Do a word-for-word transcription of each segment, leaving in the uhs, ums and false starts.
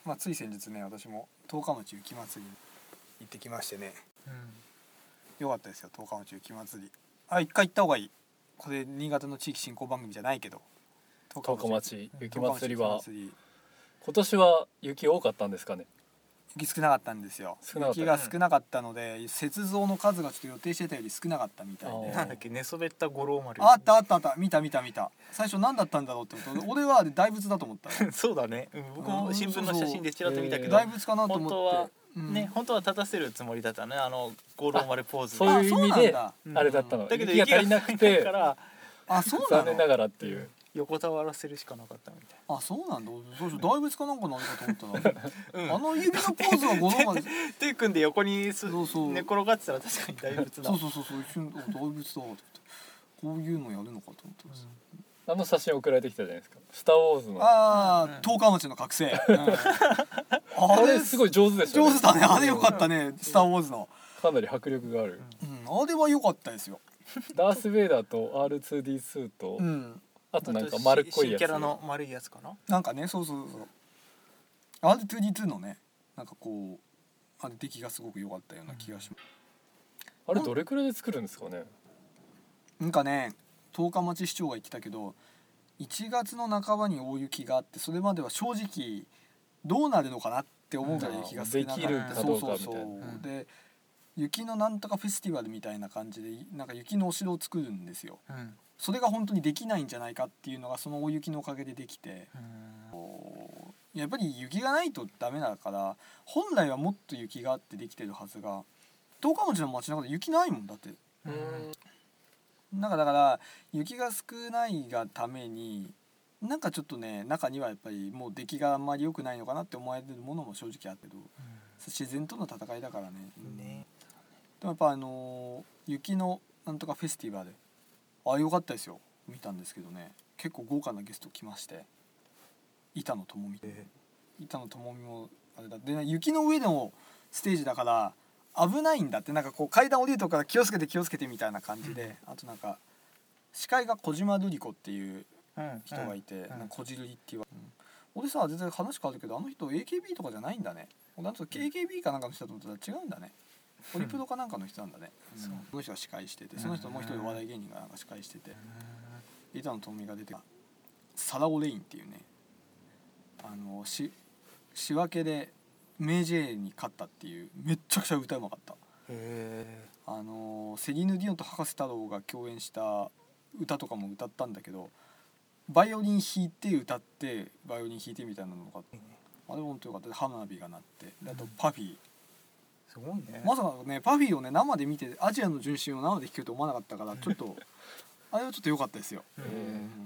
まあ、つい先日ね私も十日町雪まつりに行ってきましてね、うん、よかったですよ十日町雪まつり。あ、一回行った方がいい。これ新潟の地域振興番組じゃないけど十日町雪まつりは十日町雪まつり今年は雪多かったんですかね。 雪少なかったんですよ。雪が少なかったので、うん、雪像の数がちょっと予定してたより少なかったみたいで。 なんだっけ、寝そべった五郎丸。 あったあったあった、見た見た見た。最初何だったんだろうって思った。俺は大仏だと思ったそうだね、うん、僕も新聞の写真でちらっと見たけど、 大仏かなと思って。 本当はね、うん、本当は立たせるつもりだったね、あの五郎丸ポーズ。 そういう意味であれだったの。だけど雪が足りなくてからあ、そうなの。 残念ながらっていう。 横たわらせるしかなかったみたい。 あ、そうなんだ。そうそう、大仏かなんかなのかと思ったら、うん、あの指のポーズは五郎丸手組んで横にすそうそう寝転がってたら確かに大仏だ。 そうそうそうそう、一瞬大仏だと思って、こういうのやるのかと思ってます、 うん、あの写真送られてきたじゃないですか、スターウォーズの。 ああ、十日町の覚醒、うん、 あれすごい上手でしたね。 上手だね、あれよかったね、スターウォーズのかなり迫力がある、 うん、あれは良かったですよ。 ダース・ベイダーと アールツーディーツー と、うん、あとなんか丸っこいやつ、 新キャラの丸いやつかな、 なんかね、そうそうそう、 アールツーディーツー のね、なんかこうあれ出来がすごく良かったような気がします、 うん、あれどれくらいで作るんですかね。 なんかね、十日町市長が言ってたけどいちがつの半ばに大雪があって、それまでは正直どうなるのかなって思うから雪が少なかった、 できるかどうかみたいな、 そうそうそう、うん、で雪のなんとかフェスティバルみたいな感じでなんか雪のお城を作るんですよ、うん、それが本当にできないんじゃないかっていうのがその大雪のおかげでできて、うん、やっぱり雪がないとダメだから本来はもっと雪があってできてるはずが、十日町の街中で雪ないもんだって、うん、なんかだから雪が少ないがためになんかちょっとね、中にはやっぱりもう出来があんまり良くないのかなって思われてるものも正直あってど、うん、自然との戦いだからね、ね、でもやっぱあのー、雪のなんとかフェスティバル、あ、良かったですよ、見たんですけどね、結構豪華なゲスト来まして、板野友美、えー、板野友美もあれだで、ね、雪の上でのステージだから危ないんだって、なんかこう階段降りるとこから気をつけて気をつけてみたいな感じで、うん、あとなんか司会が小島瑠璃子っていう人がいて、うんうん、なんか小汁って言われ、うん、俺さ全然話変わるけど、あの人 エーケービー とかじゃないんだね。なんと エーケービー かなんかの人だと思ったら違うんだね。ホリプロかなんかの人なんだね、うん、その人が司会してて、その人もう一人お笑い芸人がなんか司会してて、板野友美が出てサラオレインっていうね、あのし仕分けでメイジェイに勝ったっていう、めっちゃくちゃ歌うまかった。へー、あのセリーヌ・ディオンと葉加瀬太郎が共演した歌とかも歌ったんだけど、バイオリン弾いて歌ってバイオリン弾いてみたいなのがあって、あれ本当よかった。花火が鳴って、あとパフィー、 すごいね。 まさかねパフィーをね生で見て、アジアの純真を生で弾けると思わなかったから、ちょっとあれはちょっと良かったですよ、うん、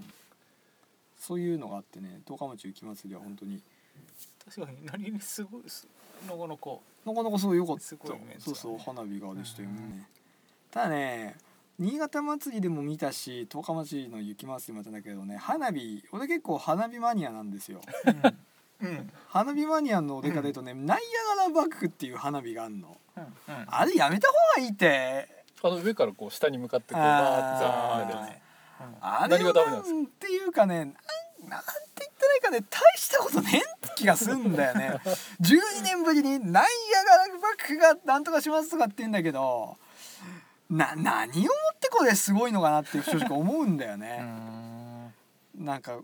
そういうのがあってね、十日町雪まつりは本当に確かに何にすごいなかなかなかなかすごい良かった。 すごいね、 そうそう、花火がでしたよね、うん、ただね新潟祭りでも見たし十日町の雪まつりもやったんだけどね、花火、俺結構花火マニアなんですよ、うんうん、花火マニアの出方で言うとね、うん、ナイアガラバックっていう花火があんの、うんうん、あれやめた方がいいって。 あの上からこう下に向かってこうバーッてザーッて、 あれはなんていうかね、なんなんて言ったらいいかね、大したことねえ気がすんだよねじゅうにねんぶりにナイアガラバックがなんとかしますとかって言うんだけど、な何をもってこれすごいのかなって正直思うんだよねなんか、うん、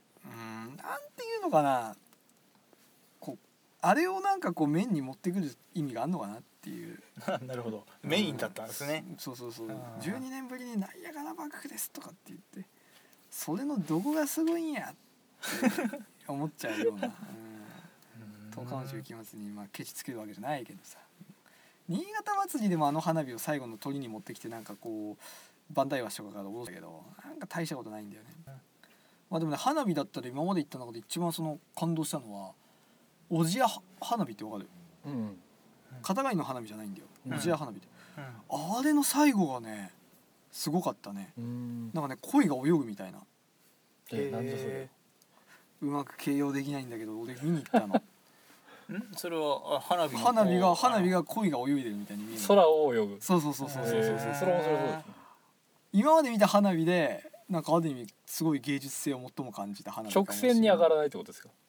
なんていうのかな、こうあれをなんかこう面に持ってくる意味があるのかなっていうなるほど、メインだったんですね、 うん、そうそうそう、じゅうにねんぶりにナイアガラバックですとかって言って、それのどこがすごいんやって思っちゃうような、うん、十日町雪まつりにまあケチつけるわけじゃないけどさ、新潟祭りでもあの花火を最後の鳥に持ってきてなんかこう万代橋とかから下ろしたけど、なんか大したことないんだよね、うん、まあでもね、花火だったら今まで行った中で一番その感動したのは小千谷花火ってわかる、うん、片貝の花火じゃないんだよ、小千谷花火って、うん、あれの最後がねすごかったね、うん、なんかね鯉が泳ぐみたいな、 えなんでそれうまく形容できないんだけど俺見に行ったのんそれは花火花火が花火が鯉が泳いでるみたいに見える、 空を泳ぐ、 そうそうそうそうそうそう、それ面白そうですね。今まで見た花火でなんかある意味すごい芸術性を最も感じた花火、 直線に上がらないってことですか。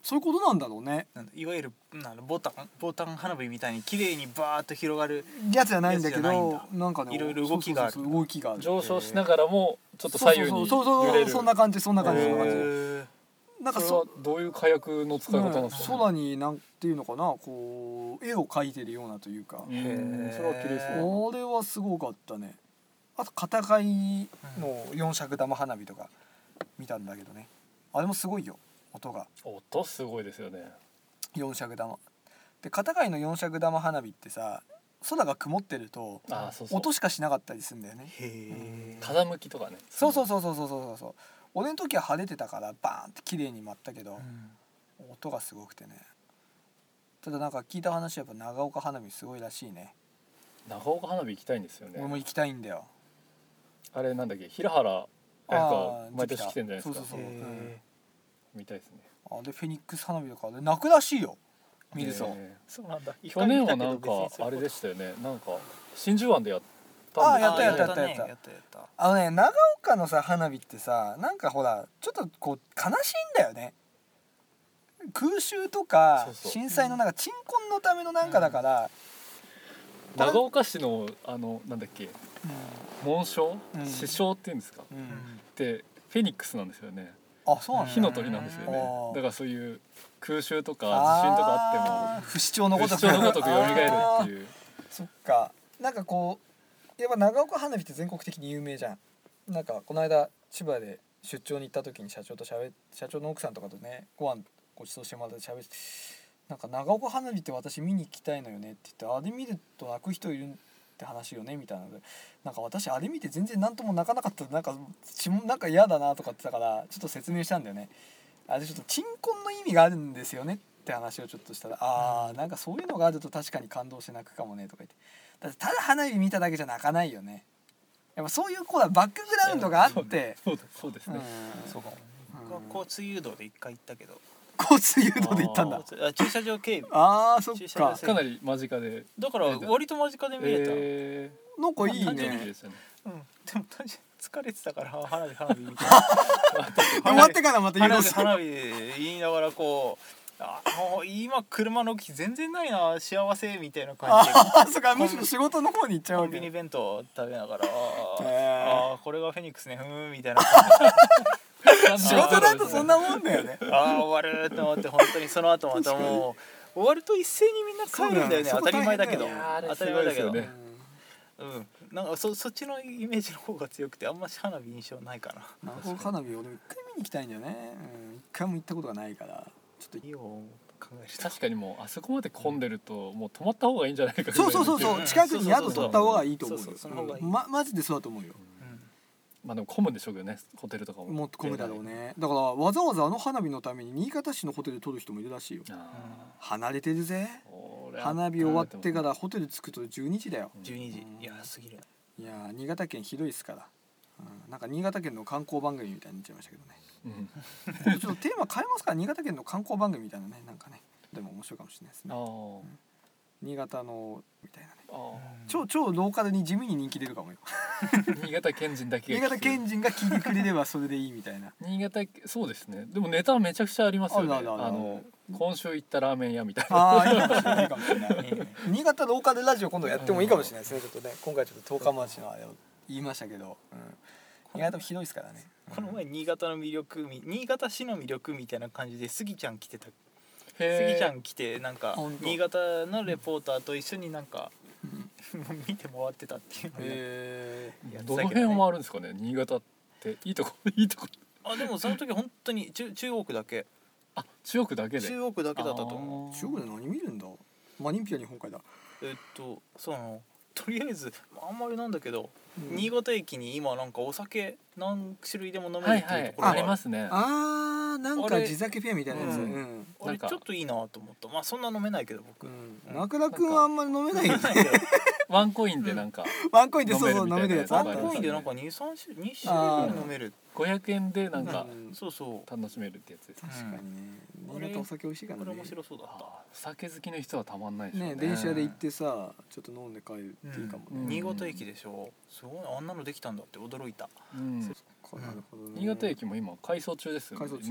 そういうことなんだろうね。 なんだいわゆるなんだボタンボタン花火みたいに綺麗にバーッと広がるやつじゃないんだけやつじゃないんどだなんかねいろいろ動きがあるそうそうそう動きがある上昇しながらもちょっと左右にそうそうそうそう揺れる。 そんな感じそんな感じへーそんな感じへーなんかそれはそどういう火薬の使い方なんですかね。 空になんていうのかなこう絵を描いてるようなというか、 うんへーそれは綺麗ですね。 これはすごかったね。あと片貝の四尺玉花火とか見たんだけどね、あれもすごいよ音が。 音すごいですよね。 四尺玉で片貝の四尺玉花火ってさ空が曇ってるとああそうそう。 音しかしなかったりするんだよね。 へー風向きとかね。 そうそうそうそうそうそうそう俺の時は晴れてたからバーンって綺麗に舞ったけど、 うん音がすごくてね。ただなんか聞いた話はやっぱ長岡花火すごいらしいね。 長岡花火行きたいんですよね。 俺も行きたいんだよ。 あれなんだっけ平原あがー毎年来てんじゃないですか。 そうそうそうへ見たいですね。 あでフェニックス花火とかで泣くらしいよ見ると、 えーそうなんだー去年はなんかあれでしたよね。なんか真珠湾でやったんですよあーやったやったねやったやったやったあのね長岡のさ花火ってさなんかほらちょっとこう悲しいんだよね。空襲とかそうそう震災のなんか鎮魂のためのなんかだから、 長岡市のあのなんだっけ紋章、 うん師匠っていうんですか。 うんうんでフェニックスなんですよね。 あそうなんだ、 火の鳥なんですよねあー。 だからそういう空襲とか地震とかあっても不死鳥のごとく不死鳥のごとく蘇るっていう。 そっかなんかこうやっぱ長岡花火って全国的に有名じゃん。なんかこの間千葉で出張に行った時に社長としゃべ社長の奥さんとかとねご飯ご馳走してもらってしゃべってなんか長岡花火って私見に行きたいのよねって言ってあれ見ると泣く人いるって話よねみたいなのでなんか私あれ見て全然何とも泣かなかったなんかちもなんか嫌だなとかって言ったからちょっと説明したんだよね。あれちょっと鎮魂の意味があるんですよねって話をちょっとしたらあーなんかそういうのがあると確かに感動して泣くかもねとか言ってだってただ花火見ただけじゃ泣かないよね。やっぱそういうこうバックグラウンドがあってそうだそうですね。 うんそうかも、うん交通誘導で一回行ったけど交通誘導で行ったんだ。 交通あ駐車場警備あーそっか駐車場整かなり間近で。 だから割と間近で見れた、 えなんかいい単純ー、いいね。 ですよね。 うん、でも単純に疲れてたから花火花火みたい終わってからまたな誘導する。 花火花火言いながらこうあもう今車の気全然ないな幸せみたいな感じであそっかむしろ仕事の方に行っちゃうわけコンビニ弁当食べながらあーへーあーこれがフェニックスねふーんみたいな仕事だとそんなもんだよね。 ああ終わると思って本当にその後またもう終わると一斉にみんな帰るんだよねそうだよ当たり前だけどそこ大変だよいやーあれ当たり前だけど、 すごいですよねうんなんかそそっちのイメージの方が強くてあんまし花火印象ないかな長岡花火俺も一回見に行きたいんだよね。うん一回も行ったことがないからちょっといいよ考えると確かにもうあそこまで混んでるともう止まった方がいいんじゃないかぐらいそうそうそうそううん近くに宿取った方がいいと思うよそうそうその方がいいうんまマジでそうだと思うよ。 まあでも混むんでしょうけどねホテルとかももっと混むだろうね。だからわざわざあの花火のために新潟市のホテル取る人もいるらしいよ。 あ離れてるぜ。 ー俺は花火終わってからホテル着くとじゅうにじだよ。 じゅうにじいやすぎるいやー新潟県ひどいっすから、うん、なんか新潟県の観光番組みたいになっちゃいましたけどね。 うんちょっとテーマ変えますか新潟県の観光番組みたいなねなんかねでも面白いかもしれないですあね。 ー新潟のみたいなねあ超超ローカルに地味に人気出るかもよ。 ー新潟県人だけ新が聞く潟県人が聞いてくれればそれでいいみたいな。 新潟そうですねでもネタはめちゃくちゃありますよねあるあるあるあの今週行ったラーメン屋みたいなああいいかもしれないいいかもしれない。新潟ローカルラジオ今度やってもいいかもしれないですねちょっとね今回ちょっと十日町のあれを言いましたけど、うん、新潟もひどいですからね。 この前新潟の魅力み新潟市の魅力みたいな感じでスギちゃん来てたスへーギちゃん来てなんかほんと新潟のレポーターと一緒になんかうん見て回ってたっていうのでへやってどのたけどね辺を回るんですかね新潟っていいとこいいとこあでもその時本当に中中央区だけあ中国だけで中央区だけだったと思うー中国で何見るんだ。マニンピア日本海だ。 えっとそのとりあえずあんまりなんだけど、 うん新潟駅に今なんかお酒何種類でも飲めるはいっていうはいあところがあるりますねあーなんかあれ地酒フェアみたいなやつ。 ううんんあれちょっといいなと思ったまあそんな飲めないけど僕、 うん中倉くんはあんまり飲めないよね。 ワンコインでなんかワンコインでそうそう飲めるやつあったワンコインでなんかにさん種類種類ぐらい飲めるごひゃくえんでなんかうんそうそう楽しめるってやつですね確かにねうん新潟お酒美味しいからねこれ面白そうだったあー酒好きの人はたまんないでしょうねね電車で行ってさちょっと飲んで帰るっていいかもうんね。 新潟駅でしょすごいあんなのできたんだって驚いたうんこうなるほどね新潟駅も今改装中ですよね改装中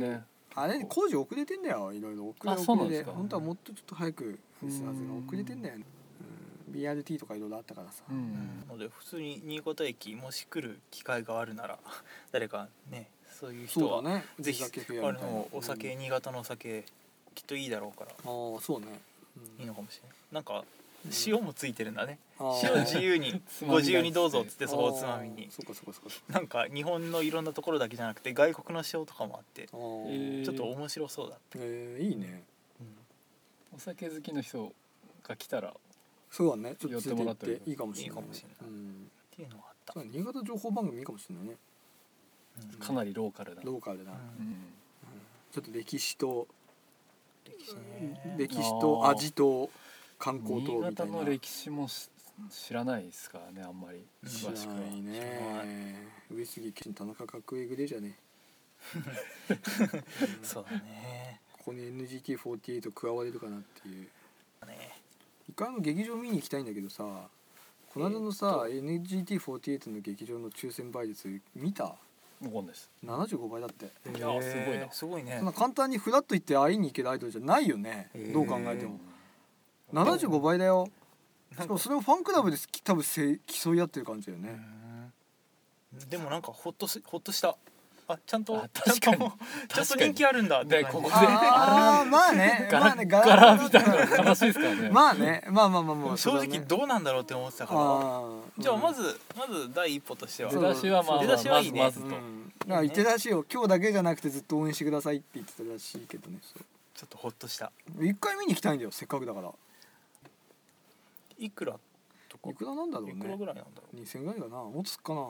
あれ工事遅れてんだよいろいろ遅れ遅れで本当はもっとちょっと早くするはずが遅れてんだよね、うん、ビーアールティー とかいろいろあったからさ、 うん、ので普通に新潟駅もし来る機会があるなら誰かねそういう人はね、 ぜひあのお酒、うん、新潟のお酒きっといいだろうからああそうね、 うん、いいのかもしれないなんか塩もついてるんだね、うん、塩自由にご自由にどうぞっつってそこをつまみにそこそこそこなんか日本のいろんなところだけじゃなくて外国の塩とかもあってちょっと面白そうだってえー、いいね、 うん、お酒好きの人が来たらそうだねちょっと連れて行っていいかもしれない、 いいかもしれない、うん、っていうのがあった新潟情報番組いいかもしれないね、 うん、かなりローカルだローカルだ、 うんうん、 ちょっと歴史と歴史ね歴史と味と観光とみたいな新潟の歴史も知らないですからねあんまり詳しくは知らないね上杉謙田中角栄ぐらいじゃねそうだねここに エヌジーティーフォーティーエイト 加われるかなっていう、 ね、 一回の劇場見に行きたいんだけどさこの間のさ、えー、エヌジーティーフォーティーエイト の劇場の抽選倍率見たごですななじゅうごばいだって。 いやすごいなすごいね。 そんな簡単にフラッと行って会いに行けるアイドルじゃないよね、どう考えてもななじゅうごばいだよ。しかもそれをファンクラブで多分競い合ってる感じだよね。 でもなんかホッとしホッとした。あちゃんとちゃんとちゃんと人気あるんだってここでああまあねまあねガラみたいな悲しいですからね。 まあねまあまあまあまあ正直どうなんだろうって思ってたからじゃあまずまず第一歩としては出だしはまあ出だしはいいねまずとだから言ってたらしいよ今日だけじゃなくてずっと応援してくださいって言ってたらしいけどね。 ちょっとホッとした。 一回見に行きたいんだよせっかくだから。 いくらとかいくらなんだろうね。 いくらぐらいなんだろう。 にせんえんぐらいかなもっとすっかな。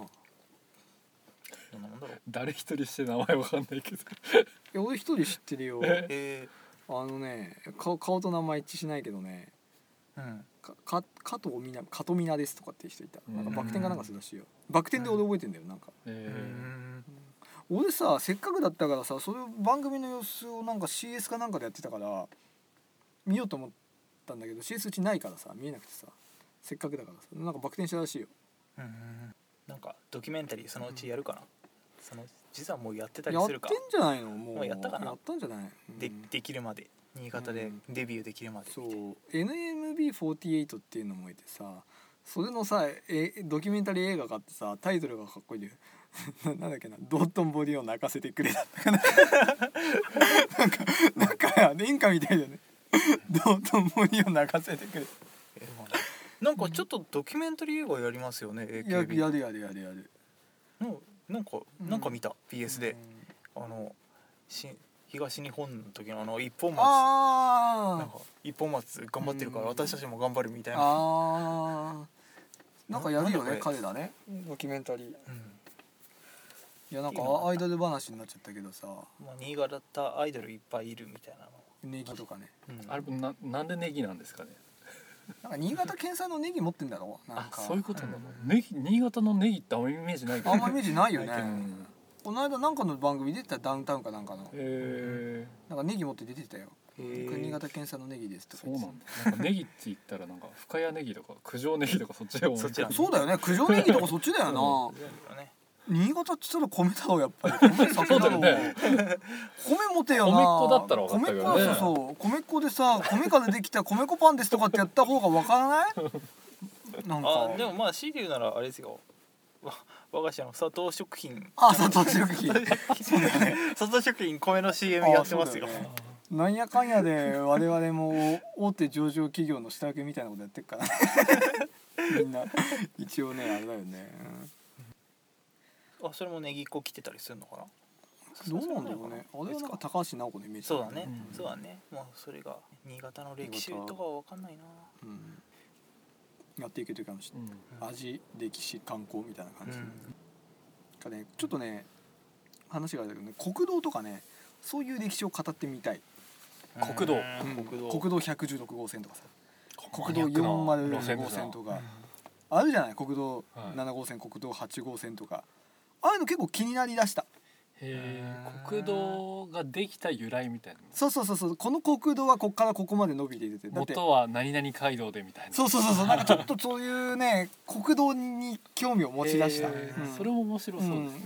なんだろう誰一人して名前わかんないけどいや俺一人知ってるよ。 えー、あのね顔顔と名前一致しないけどね、 うん、 かか加藤みな加藤みなですとかっていう人いた。なんかバク転かなんかするらしいよ。バク転で俺覚えてんだよなんか、 えー、俺させっかくだったからさそれ番組の様子をなんか シーエス かなんかでやってたから見ようと思ったんだけど シーエス うちないからさ見えなくてさせっかくだからさなんかバク転したらしいよ。 うんなんかドキュメンタリーそのうちやるかな、うん、その実はもうやってたりするか。 やってんじゃないのもう。 もうやったかな。 やったんじゃない、 うん、でできるまで新潟でデビューできるまで、 うん、そう エヌエムビーフォーティーエイト っていうのもいてさそれのさえドキュメンタリー映画があってさタイトルがかっこいいでなんだっけなドットンボディを泣かせてくれだったかななんかなんか演歌みたいだねドットンボディを泣かせてくれなんかちょっとドキュメンタリー映画やりますよね エーケービーやるやるやるやるのなんかなんか見た、うん、ピーエス で、うん、あのし東日本の時のあの一本松なんか一本松頑張ってるから私たちも頑張るみたいな、 あなんかやるよね彼らねドキュメンタリー、うん、いやなんかアイドル話になっちゃったけどさ、 まあ、新潟アイドルいっぱいいるみたいなのネギとかね、 うん、あれななんでネギなんですかね。 なんか新潟県産のネギ持ってんだろうなんかあそういうことなの、うん、ネギ新潟のネギってあんまりイメージないけど、ね、 あんまイメージないよね、うん、この間なんかの番組出てたダウンタウンかなんかの、 えー、 なんかネギ持って出てたよ、えー、新潟県産のネギですとかそうなんだ。なんかネギって言ったらなんか深谷ネギとか九条ネギとかそっちで思う。 そうだよね九条ネギとかそっちだよな、うん新潟って言ったら米だろうやっぱり米酒だろうね米持てよな米粉だったら分かったけどね。 そうそう米粉でさ米からできた米粉パンですとかってやった方が分からないなんかあでもまあ強いて言うならあれですよ我が社の佐藤食品あ佐藤食品そうだね佐藤食品米の シーエム やってますよ、ね、 なんやかんやで我々も大手上場企業の下請けみたいなことやってるからみんな一応ねあれだよね、 うん、あそれもネギっ子来てたりするのかな。 どうなんだろうね。あれはなんか高橋直子のイメージそうだね、うん、そうだね。もうそれが新潟の歴史とかは分かんないな、うん、 やっていけるかもしれない、うん、味歴史観光みたいな感じ、うん、かねちょっとね話があるけどね国道とかねそういう歴史を語ってみたい。 国道、うん、 国道国道ひゃくじゅうろく号線とかさ国道よんまるご線とか、うん、あるじゃない国道なな号線、はい、国道はち号線とかああいうの結構気になりだした。 へ国道ができた由来みたいな。 そうそうそうそうこの国道はここからここまで伸びていて元は何々街道でみたいな。 そうそうそうそうなんかちょっとそういうね国道に興味を持ち出した、うん、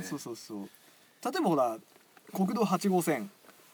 それも面白そうですね、 うん、そうそうそう例えばほら国道はち号線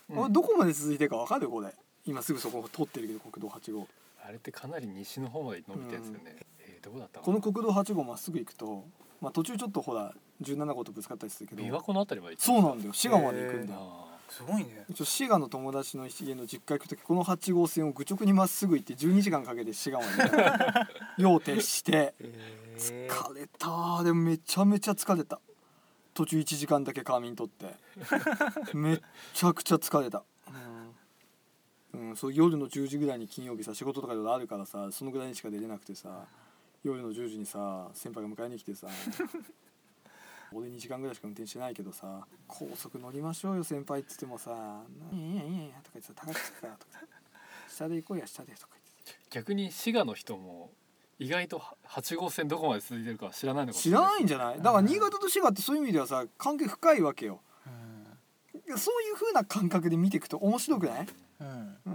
うん、どこまで続いてるか分かるこれ今すぐそこ通ってるけど国道はち号あれってかなり西の方まで伸びてるんですよね、うん、えー、どこだったかこの国道はち号まっすぐ行くと、まあ、途中ちょっとほらじゅうなな号とぶつかったりするけど琵琶湖のあたりまで行ってそうなんだよ滋賀まで行くんだよ、 すごいね。 滋賀の友達の家の実家行く時このはち号線を愚直にまっすぐ行ってじゅうにじかんかけて滋賀まで行った用を徹して疲れたでもめちゃめちゃ疲れた途中いちじかんだけ仮眠取ってめっちゃくちゃ疲れた、うんうん、そう夜のじゅうじぐらいに金曜日さ仕事とかであるからさそのぐらいにしか出れなくてさ夜のじゅうじにさ先輩が迎えに来てさ俺にじかんぐらいしか運転してないけどさ高速乗りましょうよ先輩っつってもさ「いやいやいやいや」とか言ってさ「高くつくから」とか下で行こうや下で」とか言って逆に滋賀の人も意外とはち号線どこまで続いてるか知らないのかもしれない知らないんじゃないだから新潟と滋賀ってそういう意味ではさ関係深いわけよ、うん、そういう風な感覚で見ていくと面白くない、うんうん、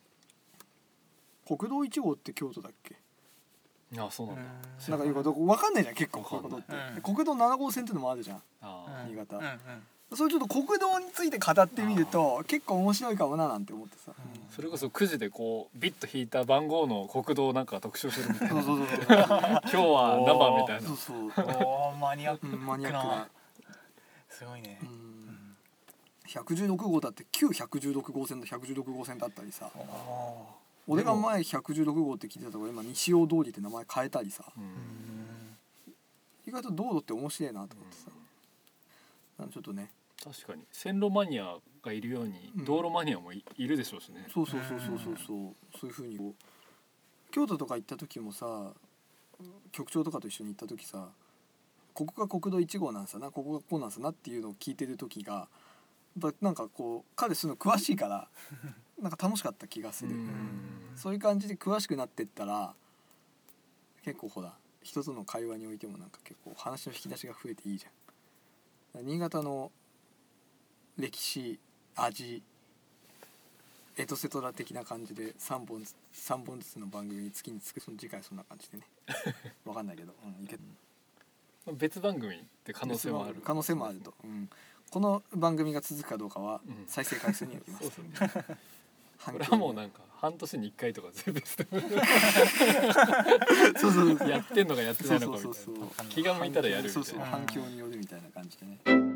国道いち号って京都だっけああそうなんだなんかいうこと分かんないじゃん結構こういうことって、うん、国道なな号線ってのもあるじゃんあ新潟、うんうんうん、それちょっと国道について語ってみると結構面白いかもななんて思ってさ、 うん、それこそくじでこうビッと引いた番号の国道なんか特集するみたいなそうそうそう今日は何番みたいなそうそうおマニアック、 うん、マニアックなすごいね、うん、 ひゃくじゅうろく号だって旧ひゃくじゅうろく号線とひゃくじゅうろく号線だったりさ俺が前ひゃくじゅうろく号って聞いてたところ今西大通りって名前変えたりさ、うん、意外と道路って面白いなと思ってさ、うん、ちょっとね確かに線路マニアがいるように、うん、道路マニアも い, いるでしょうしねそうそうそうそうそうそうそういう風にこう京都とか行った時もさ局長とかと一緒に行った時さここが国道いち号なんさなここがこうなんさなっていうのを聞いてる時がやっぱなんかこう彼そういうの詳しいからなんか楽しかった気がする、うん、そういう感じで詳しくなってったら結構ほら人との会話においてもなんか結構話の引き出しが増えていいじゃん。新潟の歴史味エトセトラ的な感じでさんぼんずつさんぼんずつの番組に月につくその次回そんな感じでね分かんないけど、うん、いけ別番組って可能性もある可能性もあると、うん、この番組が続くかどうかは再生回数によります、うん、そうそうこれはもうなんか半年にいっかいとか全部そうそうやってんのかやってないのかみたいな気が向いたらやるみたいなそうそう反響によるみたいな感じでね